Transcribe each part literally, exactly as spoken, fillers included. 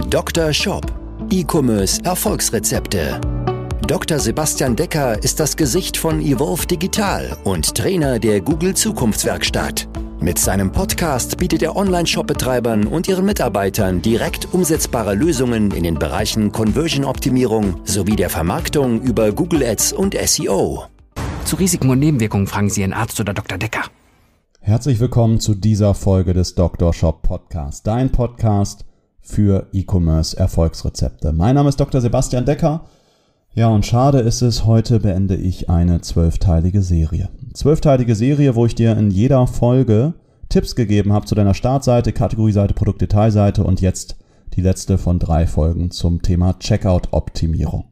Doktor Shop. E-Commerce Erfolgsrezepte. Doktor Sebastian Decker ist das Gesicht von Evolve Digital und Trainer der Google Zukunftswerkstatt. Mit seinem Podcast bietet er Online-Shop-Betreibern und ihren Mitarbeitern direkt umsetzbare Lösungen in den Bereichen Conversion-Optimierung sowie der Vermarktung über Google Ads und S E O. Zu Risiken und Nebenwirkungen fragen Sie Ihren Arzt oder Doktor Decker. Herzlich willkommen zu dieser Folge des Doktor Shop Podcasts, dein Podcast für E-Commerce Erfolgsrezepte. Mein Name ist Doktor Sebastian Decker. Ja, und schade ist es, heute beende ich eine zwölfteilige Serie. Zwölfteilige Serie, wo ich dir in jeder Folge Tipps gegeben habe zu deiner Startseite, Kategorieseite, Produktdetailseite und jetzt die letzte von drei Folgen zum Thema Checkout-Optimierung.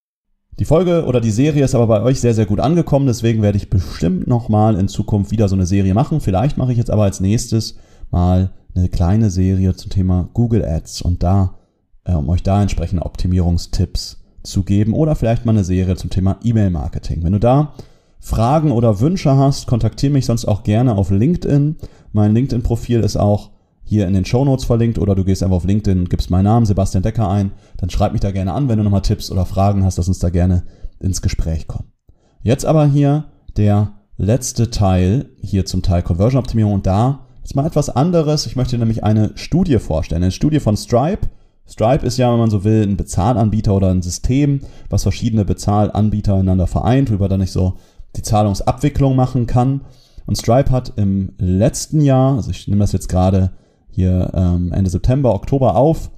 Die Folge oder die Serie ist aber bei euch sehr, sehr gut angekommen, deswegen werde ich bestimmt nochmal in Zukunft wieder so eine Serie machen. Vielleicht mache ich jetzt aber als nächstes mal eine kleine Serie zum Thema Google Ads und da, äh, um euch da entsprechende Optimierungstipps zu geben oder vielleicht mal eine Serie zum Thema E-Mail-Marketing. Wenn du da Fragen oder Wünsche hast, kontaktiere mich sonst auch gerne auf LinkedIn. Mein LinkedIn-Profil ist auch hier in den Shownotes verlinkt oder du gehst einfach auf LinkedIn, gibst meinen Namen Sebastian Decker ein, dann schreib mich da gerne an, wenn du nochmal Tipps oder Fragen hast, lass uns da gerne ins Gespräch kommen. Jetzt aber hier der letzte Teil hier zum Teil Conversion-Optimierung und da ist mal etwas anderes. Ich möchte dir nämlich eine Studie vorstellen, eine Studie von Stripe. Stripe ist ja, wenn man so will, ein Bezahlanbieter oder ein System, was verschiedene Bezahlanbieter einander vereint, worüber dann nicht so die Zahlungsabwicklung machen kann. Und Stripe hat im letzten Jahr, also ich nehme das jetzt gerade hier ähm, Ende September, Oktober auf,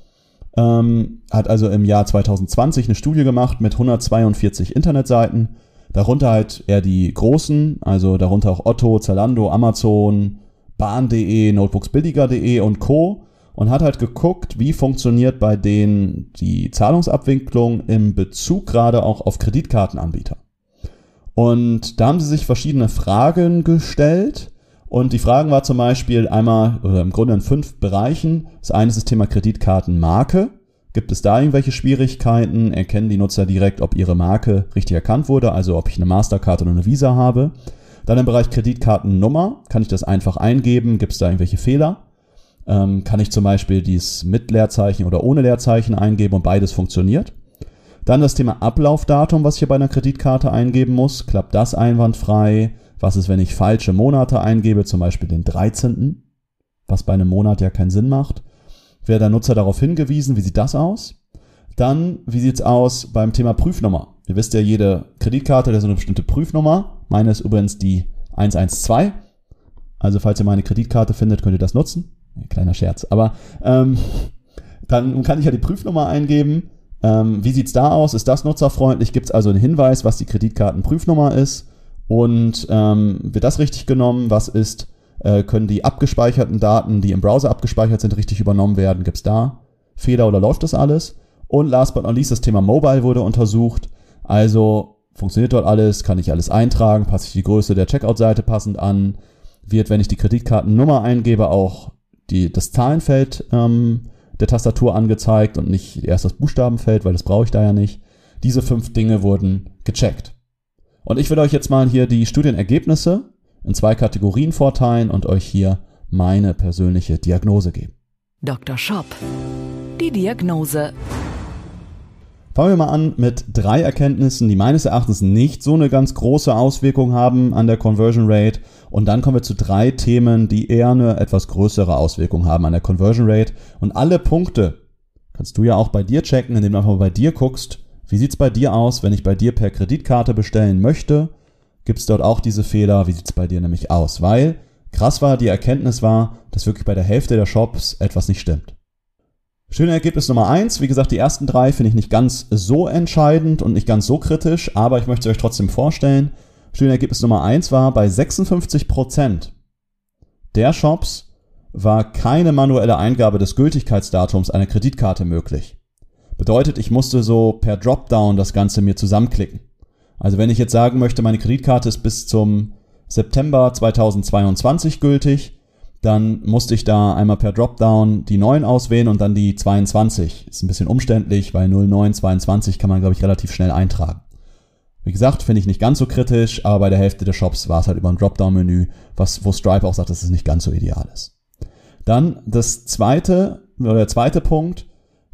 ähm, hat also im Jahr zwanzig zwanzig eine Studie gemacht mit hundertzweiundvierzig Internetseiten, darunter halt eher die großen, also darunter auch Otto, Zalando, Amazon, Bahn punkt de, Notebooksbilliger punkt de und Co. Und hat halt geguckt, wie funktioniert bei denen die Zahlungsabwicklung im Bezug gerade auch auf Kreditkartenanbieter. Und da haben sie sich verschiedene Fragen gestellt und die Fragen war zum Beispiel einmal, oder im Grunde in fünf Bereichen. Das eine ist das Thema Kreditkartenmarke. Gibt es da irgendwelche Schwierigkeiten? Erkennen die Nutzer direkt, ob ihre Marke richtig erkannt wurde, also ob ich eine Mastercard oder eine Visa habe? Dann im Bereich Kreditkartennummer, kann ich das einfach eingeben? Gibt es da irgendwelche Fehler? Ähm, kann ich zum Beispiel dies mit Leerzeichen oder ohne Leerzeichen eingeben und beides funktioniert? Dann das Thema Ablaufdatum, was ich hier bei einer Kreditkarte eingeben muss. Klappt das einwandfrei? Was ist, wenn ich falsche Monate eingebe, zum Beispiel den dreizehnten Was bei einem Monat ja keinen Sinn macht. Wäre der Nutzer darauf hingewiesen, wie sieht das aus? Dann, wie sieht's aus beim Thema Prüfnummer? Ihr wisst ja, jede Kreditkarte hat so eine bestimmte Prüfnummer. Meine ist übrigens die eins eins zwei. Also falls ihr meine Kreditkarte findet, könnt ihr das nutzen. Kleiner Scherz. Aber ähm, dann kann ich ja die Prüfnummer eingeben. Ähm, wie sieht's da aus? Ist das nutzerfreundlich? Gibt es also einen Hinweis, was die Kreditkartenprüfnummer ist? Und ähm, wird das richtig genommen? Was ist, äh, können die abgespeicherten Daten, die im Browser abgespeichert sind, richtig übernommen werden? Gibt es da Fehler oder läuft das alles? Und last but not least, das Thema Mobile wurde untersucht. Also funktioniert dort alles? Kann ich alles eintragen? Passe ich die Größe der Checkout-Seite passend an? Wird, wenn ich die Kreditkartennummer eingebe, auch die, das Zahlenfeld ähm, der Tastatur angezeigt und nicht erst das Buchstabenfeld, weil das brauche ich da ja nicht. Diese fünf Dinge wurden gecheckt. Und ich will euch jetzt mal hier die Studienergebnisse in zwei Kategorien vorteilen und euch hier meine persönliche Diagnose geben. Doktor Shop. Die Diagnose. Fangen wir mal an mit drei Erkenntnissen, die meines Erachtens nicht so eine ganz große Auswirkung haben an der Conversion Rate. Und dann kommen wir zu drei Themen, die eher eine etwas größere Auswirkung haben an der Conversion Rate. Und alle Punkte kannst du ja auch bei dir checken, indem du einfach mal bei dir guckst, wie sieht's bei dir aus, wenn ich bei dir per Kreditkarte bestellen möchte? Gibt es dort auch diese Fehler? Wie sieht's bei dir nämlich aus? Weil krass war, die Erkenntnis war, dass wirklich bei der Hälfte der Shops etwas nicht stimmt. Schöne Ergebnis Nummer eins. Wie gesagt, die ersten drei finde ich nicht ganz so entscheidend und nicht ganz so kritisch, aber ich möchte es euch trotzdem vorstellen. Schöne Ergebnis Nummer eins war, bei sechsundfünfzig Prozent der Shops war keine manuelle Eingabe des Gültigkeitsdatums einer Kreditkarte möglich. Bedeutet, ich musste so per Dropdown das Ganze mir zusammenklicken. Also wenn ich jetzt sagen möchte, meine Kreditkarte ist bis zum September zweitausendzweiundzwanzig gültig, dann musste ich da einmal per Dropdown die neun auswählen und dann die zweiundzwanzig. Ist ein bisschen umständlich, weil null neun zweiundzwanzig kann man, glaube ich, relativ schnell eintragen. Wie gesagt, finde ich nicht ganz so kritisch, aber bei der Hälfte der Shops war es halt über ein Dropdown-Menü, was, wo Stripe auch sagt, dass es nicht ganz so ideal ist. Dann das zweite, oder der zweite Punkt,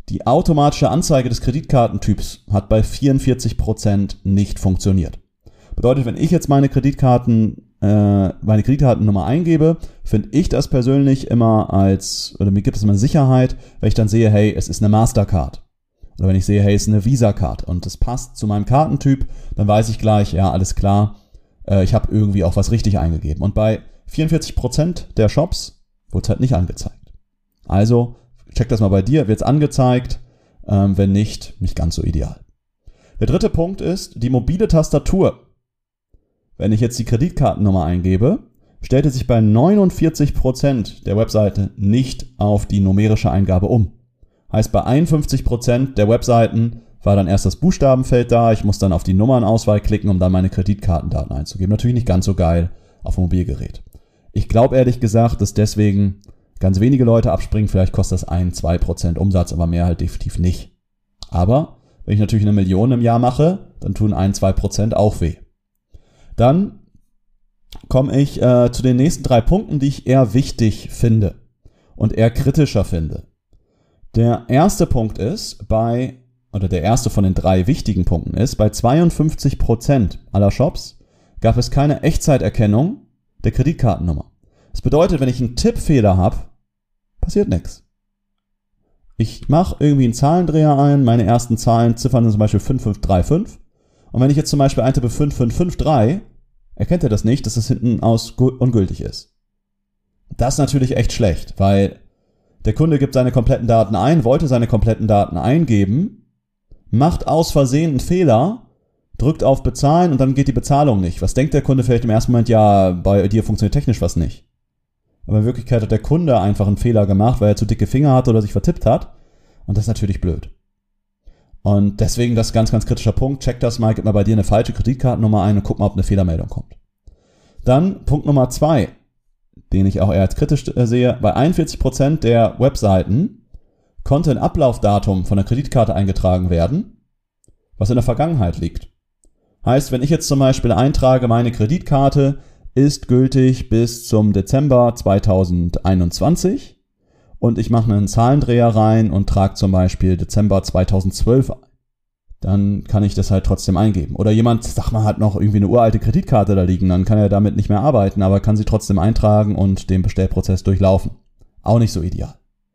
Die automatische Anzeige des Kreditkartentyps hat bei vierundvierzig Prozent nicht funktioniert. Bedeutet, wenn ich jetzt meine Kreditkarten, äh, meine Kreditkartennummer eingebe, finde ich das persönlich immer als, oder mir gibt es immer Sicherheit, wenn ich dann sehe, hey, es ist eine Mastercard. Oder wenn ich sehe, hey, es ist eine Visa-Card und es passt zu meinem Kartentyp, dann weiß ich gleich, ja, alles klar, äh, ich habe irgendwie auch was richtig eingegeben. Und bei vierundvierzig Prozent der Shops wurde es halt nicht angezeigt. Also, check das mal bei dir, wird es angezeigt, ähm, wenn nicht, nicht ganz so ideal. Der dritte Punkt ist die mobile Tastatur. Wenn ich jetzt die Kreditkartennummer eingebe, stellte sich bei neunundvierzig Prozent der Webseite nicht auf die numerische Eingabe um. Heißt, bei einundfünfzig Prozent der Webseiten war dann erst das Buchstabenfeld da, ich muss dann auf die Nummernauswahl klicken, um dann meine Kreditkartendaten einzugeben. Natürlich nicht ganz so geil auf dem Mobilgerät. Ich glaube ehrlich gesagt, dass deswegen ganz wenige Leute abspringen, vielleicht kostet das ein, zwei Prozent Umsatz, aber mehr halt definitiv nicht. Aber wenn ich natürlich eine Million im Jahr mache, dann tun ein, zwei Prozent auch weh. Dann komme ich äh, zu den nächsten drei Punkten, die ich eher wichtig finde und eher kritischer finde. Der erste Punkt ist bei, oder der erste von den drei wichtigen Punkten ist, bei zweiundfünfzig Prozent aller Shops gab es keine Echtzeiterkennung der Kreditkartennummer. Das bedeutet, wenn ich einen Tippfehler habe, passiert nichts. Ich mache irgendwie einen Zahlendreher ein, meine ersten Zahlen, Ziffern sind zum Beispiel fünf fünf drei fünf. Und wenn ich jetzt zum Beispiel eintippe fünf fünf fünf drei, erkennt er das nicht, dass es hinten aus ungültig ist. Das ist natürlich echt schlecht, weil der Kunde gibt seine kompletten Daten ein, wollte seine kompletten Daten eingeben, macht aus Versehen einen Fehler, drückt auf Bezahlen und dann geht die Bezahlung nicht. Was denkt der Kunde vielleicht im ersten Moment? Ja, bei dir funktioniert technisch was nicht. Aber in Wirklichkeit hat der Kunde einfach einen Fehler gemacht, weil er zu dicke Finger hatte oder sich vertippt hat. Und das ist natürlich blöd. Und deswegen das ganz, ganz kritischer Punkt. Check das mal, gib mal bei dir eine falsche Kreditkartennummer ein und guck mal, ob eine Fehlermeldung kommt. Dann Punkt Nummer zwei, den ich auch eher als kritisch sehe. Bei einundvierzig Prozent der Webseiten konnte ein Ablaufdatum von der Kreditkarte eingetragen werden, was in der Vergangenheit liegt. Heißt, wenn ich jetzt zum Beispiel eintrage, meine Kreditkarte ist gültig bis zum Dezember zweitausendeinundzwanzig, und ich mache einen Zahlendreher rein und trage zum Beispiel Dezember zweitausendzwölf ein. Dann kann ich das halt trotzdem eingeben. Oder jemand, sag mal, hat noch irgendwie eine uralte Kreditkarte da liegen, dann kann er damit nicht mehr arbeiten, aber kann sie trotzdem eintragen und den Bestellprozess durchlaufen. Auch nicht so ideal.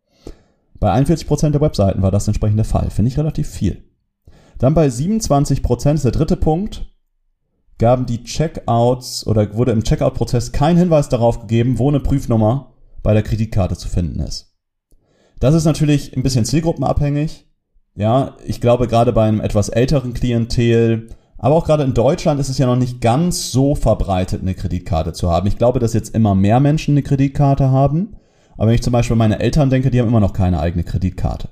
Bei einundvierzig Prozent der Webseiten war das entsprechend der Fall. Finde ich relativ viel. Dann bei siebenundzwanzig Prozent, ist der dritte Punkt, gaben die Checkouts oder wurde im Checkout-Prozess kein Hinweis darauf gegeben, wo eine Prüfnummer bei der Kreditkarte zu finden ist. Das ist natürlich ein bisschen zielgruppenabhängig. Ja, ich glaube, gerade bei einem etwas älteren Klientel, aber auch gerade in Deutschland ist es ja noch nicht ganz so verbreitet, eine Kreditkarte zu haben. Ich glaube, dass jetzt immer mehr Menschen eine Kreditkarte haben. Aber wenn ich zum Beispiel an meine Eltern denke, die haben immer noch keine eigene Kreditkarte.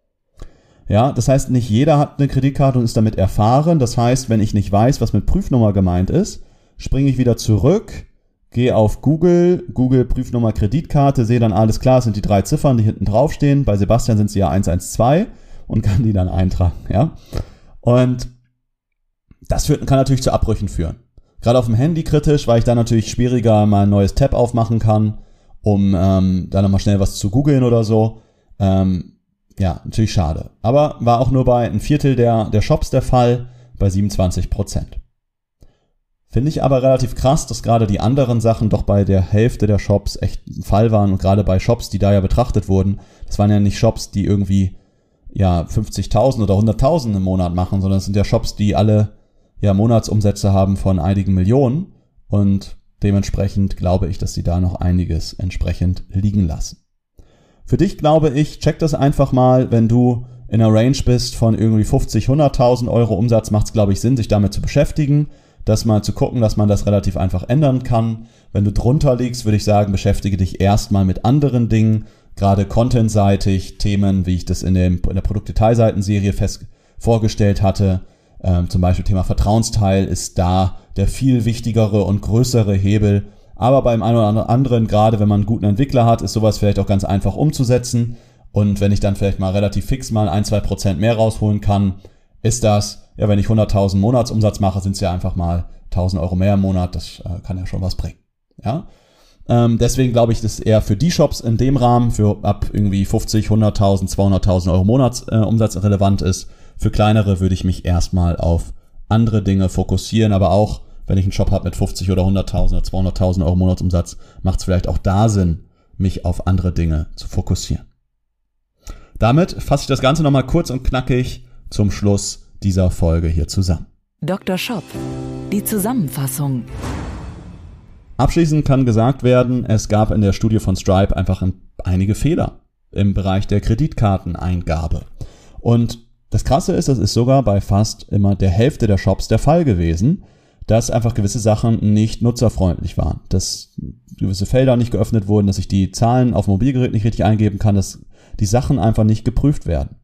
Ja, das heißt, nicht jeder hat eine Kreditkarte und ist damit erfahren. Das heißt, wenn ich nicht weiß, was mit Prüfnummer gemeint ist, springe ich wieder zurück, gehe auf Google, Google Prüfnummer Kreditkarte, sehe dann, alles klar, es sind die drei Ziffern, die hinten draufstehen. Bei Sebastian sind sie ja eins eins zwei und kann die dann eintragen. Ja, und das führt, kann natürlich zu Abbrüchen führen. Gerade auf dem Handy kritisch, weil ich da natürlich schwieriger mal ein neues Tab aufmachen kann, um ähm, da nochmal schnell was zu googeln oder so. Ähm, ja, natürlich schade. Aber war auch nur bei ein Viertel der, der Shops der Fall, bei siebenundzwanzig Prozent. Finde ich aber relativ krass, dass gerade die anderen Sachen doch bei der Hälfte der Shops echt ein Fall waren. Und gerade bei Shops, die da ja betrachtet wurden, das waren ja nicht Shops, die irgendwie ja fünfzigtausend oder hunderttausend im Monat machen, sondern es sind ja Shops, die alle ja Monatsumsätze haben von einigen Millionen. Und dementsprechend glaube ich, dass sie da noch einiges entsprechend liegen lassen. Für dich glaube ich, check das einfach mal, wenn du in einer Range bist von irgendwie fünfzig, hunderttausend Euro Umsatz, macht es glaube ich Sinn, sich damit zu beschäftigen. Das mal zu gucken, dass man das relativ einfach ändern kann. Wenn du drunter liegst, würde ich sagen, beschäftige dich erstmal mit anderen Dingen, gerade contentseitig, Themen, wie ich das in, dem, in der Produktdetailseitenserie fest vorgestellt hatte. Ähm, zum Beispiel Thema Vertrauensteil ist da der viel wichtigere und größere Hebel. Aber beim einen oder anderen, gerade wenn man einen guten Entwickler hat, ist sowas vielleicht auch ganz einfach umzusetzen. Und wenn ich dann vielleicht mal relativ fix mal ein, zwei Prozent mehr rausholen kann, ist das, ja, wenn ich hunderttausend Monatsumsatz mache, sind es ja einfach mal tausend Euro mehr im Monat. Das äh, kann ja schon was bringen. Ja. Ähm, deswegen glaube ich, das ist eher für die Shops in dem Rahmen, für ab irgendwie fünfzig, hunderttausend, zweihunderttausend Euro Monatsumsatz äh, relevant ist. Für kleinere würde ich mich erstmal auf andere Dinge fokussieren, aber auch, wenn ich einen Shop habe mit fünfzig oder hunderttausend oder zweihunderttausend Euro Monatsumsatz, macht es vielleicht auch da Sinn, mich auf andere Dinge zu fokussieren. Damit fasse ich das Ganze nochmal kurz und knackig zum Schluss dieser Folge hier zusammen. Doktor Shop, die Zusammenfassung. Abschließend kann gesagt werden, es gab in der Studie von Stripe einfach ein, einige Fehler im Bereich der Kreditkarteneingabe. Und das Krasse ist, das ist sogar bei fast immer der Hälfte der Shops der Fall gewesen, dass einfach gewisse Sachen nicht nutzerfreundlich waren, dass gewisse Felder nicht geöffnet wurden, dass ich die Zahlen auf dem Mobilgerät nicht richtig eingeben kann, dass die Sachen einfach nicht geprüft werden.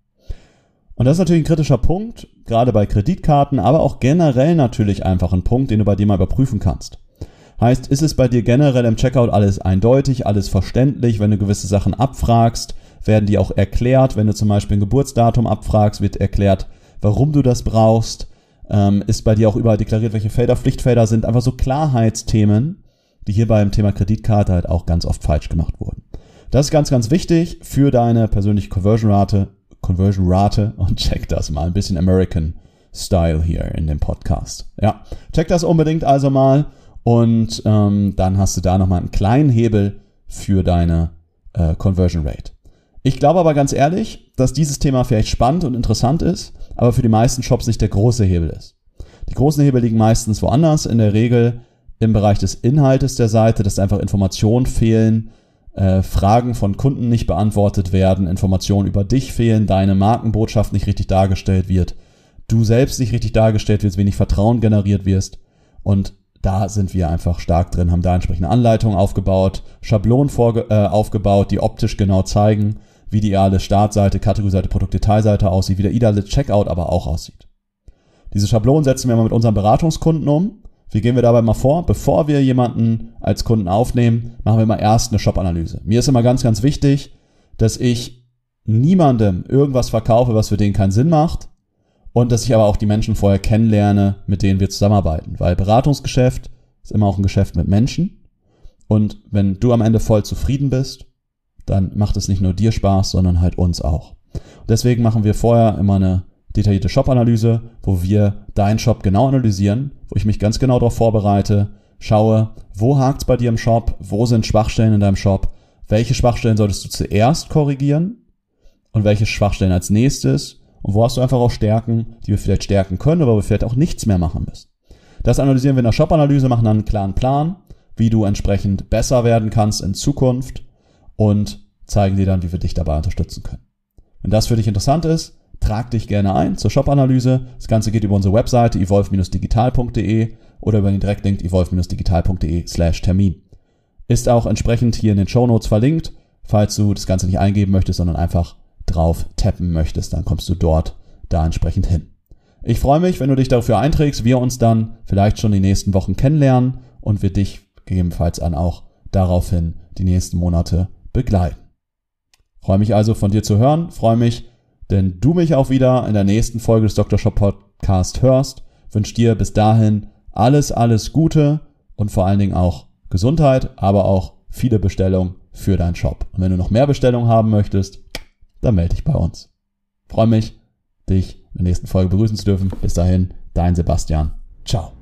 Und das ist natürlich ein kritischer Punkt, gerade bei Kreditkarten, aber auch generell natürlich einfach ein Punkt, den du bei dir mal überprüfen kannst. Heißt, ist es bei dir generell im Checkout alles eindeutig, alles verständlich? Wenn du gewisse Sachen abfragst, werden die auch erklärt. Wenn du zum Beispiel ein Geburtsdatum abfragst, wird erklärt, warum du das brauchst. Ähm, ist bei dir auch überall deklariert, welche Felder Pflichtfelder sind. Einfach so Klarheitsthemen, die hier beim Thema Kreditkarte halt auch ganz oft falsch gemacht wurden. Das ist ganz, ganz wichtig für deine persönliche Conversion-Rate. Conversion-Rate und check das mal. Ein bisschen American Style hier in dem Podcast. Ja, check das unbedingt also mal. Und ähm, dann hast du da nochmal einen kleinen Hebel für deine äh, Conversion Rate. Ich glaube aber ganz ehrlich, dass dieses Thema vielleicht spannend und interessant ist, aber für die meisten Shops nicht der große Hebel ist. Die großen Hebel liegen meistens woanders, in der Regel im Bereich des Inhaltes der Seite, dass einfach Informationen fehlen, äh, Fragen von Kunden nicht beantwortet werden, Informationen über dich fehlen, deine Markenbotschaft nicht richtig dargestellt wird, du selbst nicht richtig dargestellt wirst, wenig Vertrauen generiert wirst und da sind wir einfach stark drin, haben da entsprechende Anleitungen aufgebaut, Schablonen vorge- äh, aufgebaut, die optisch genau zeigen, wie die ideale Startseite, Kategorieseite, Produktdetailseite aussieht, wie der ideale Checkout aber auch aussieht. Diese Schablonen setzen wir mal mit unseren Beratungskunden um. Wie gehen wir dabei mal vor? Bevor wir jemanden als Kunden aufnehmen, machen wir mal erst eine Shop-Analyse. Mir ist immer ganz, ganz wichtig, dass ich niemandem irgendwas verkaufe, was für den keinen Sinn macht. Und dass ich aber auch die Menschen vorher kennenlerne, mit denen wir zusammenarbeiten. Weil Beratungsgeschäft ist immer auch ein Geschäft mit Menschen. Und wenn du am Ende voll zufrieden bist, dann macht es nicht nur dir Spaß, sondern halt uns auch. Und deswegen machen wir vorher immer eine detaillierte Shop-Analyse, wo wir deinen Shop genau analysieren, wo ich mich ganz genau darauf vorbereite, schaue, wo hakt's bei dir im Shop, wo sind Schwachstellen in deinem Shop, welche Schwachstellen solltest du zuerst korrigieren und welche Schwachstellen als nächstes. Und wo hast du einfach auch Stärken, die wir vielleicht stärken können, aber wir vielleicht auch nichts mehr machen müssen. Das analysieren wir in der Shop-Analyse, machen dann einen klaren Plan, wie du entsprechend besser werden kannst in Zukunft und zeigen dir dann, wie wir dich dabei unterstützen können. Wenn das für dich interessant ist, trag dich gerne ein zur Shop-Analyse. Das Ganze geht über unsere Webseite evolve digital punkt de oder über den Direktlink evolve digital punkt de slash Termin. Ist auch entsprechend hier in den Shownotes verlinkt, falls du das Ganze nicht eingeben möchtest, sondern einfach drauf tappen möchtest, dann kommst du dort da entsprechend hin. Ich freue mich, wenn du dich dafür einträgst, wir uns dann vielleicht schon die nächsten Wochen kennenlernen und wir dich gegebenenfalls dann auch daraufhin die nächsten Monate begleiten. Freue mich also von dir zu hören, freue mich, wenn du mich auch wieder in der nächsten Folge des Doktor Shop Podcast hörst. Wünsche dir bis dahin alles, alles Gute und vor allen Dingen auch Gesundheit, aber auch viele Bestellungen für deinen Shop. Und wenn du noch mehr Bestellungen haben möchtest, dann melde dich bei uns. Freue mich, dich in der nächsten Folge begrüßen zu dürfen. Bis dahin, dein Sebastian. Ciao.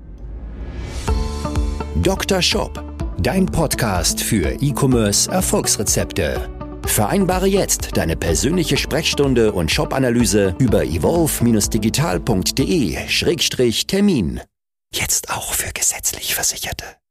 Doktor Shop, dein Podcast für E-Commerce Erfolgsrezepte. Vereinbare jetzt deine persönliche Sprechstunde und Shop-Analyse über evolve digital punkt de Schrägstrich Termin. Jetzt auch für gesetzlich Versicherte.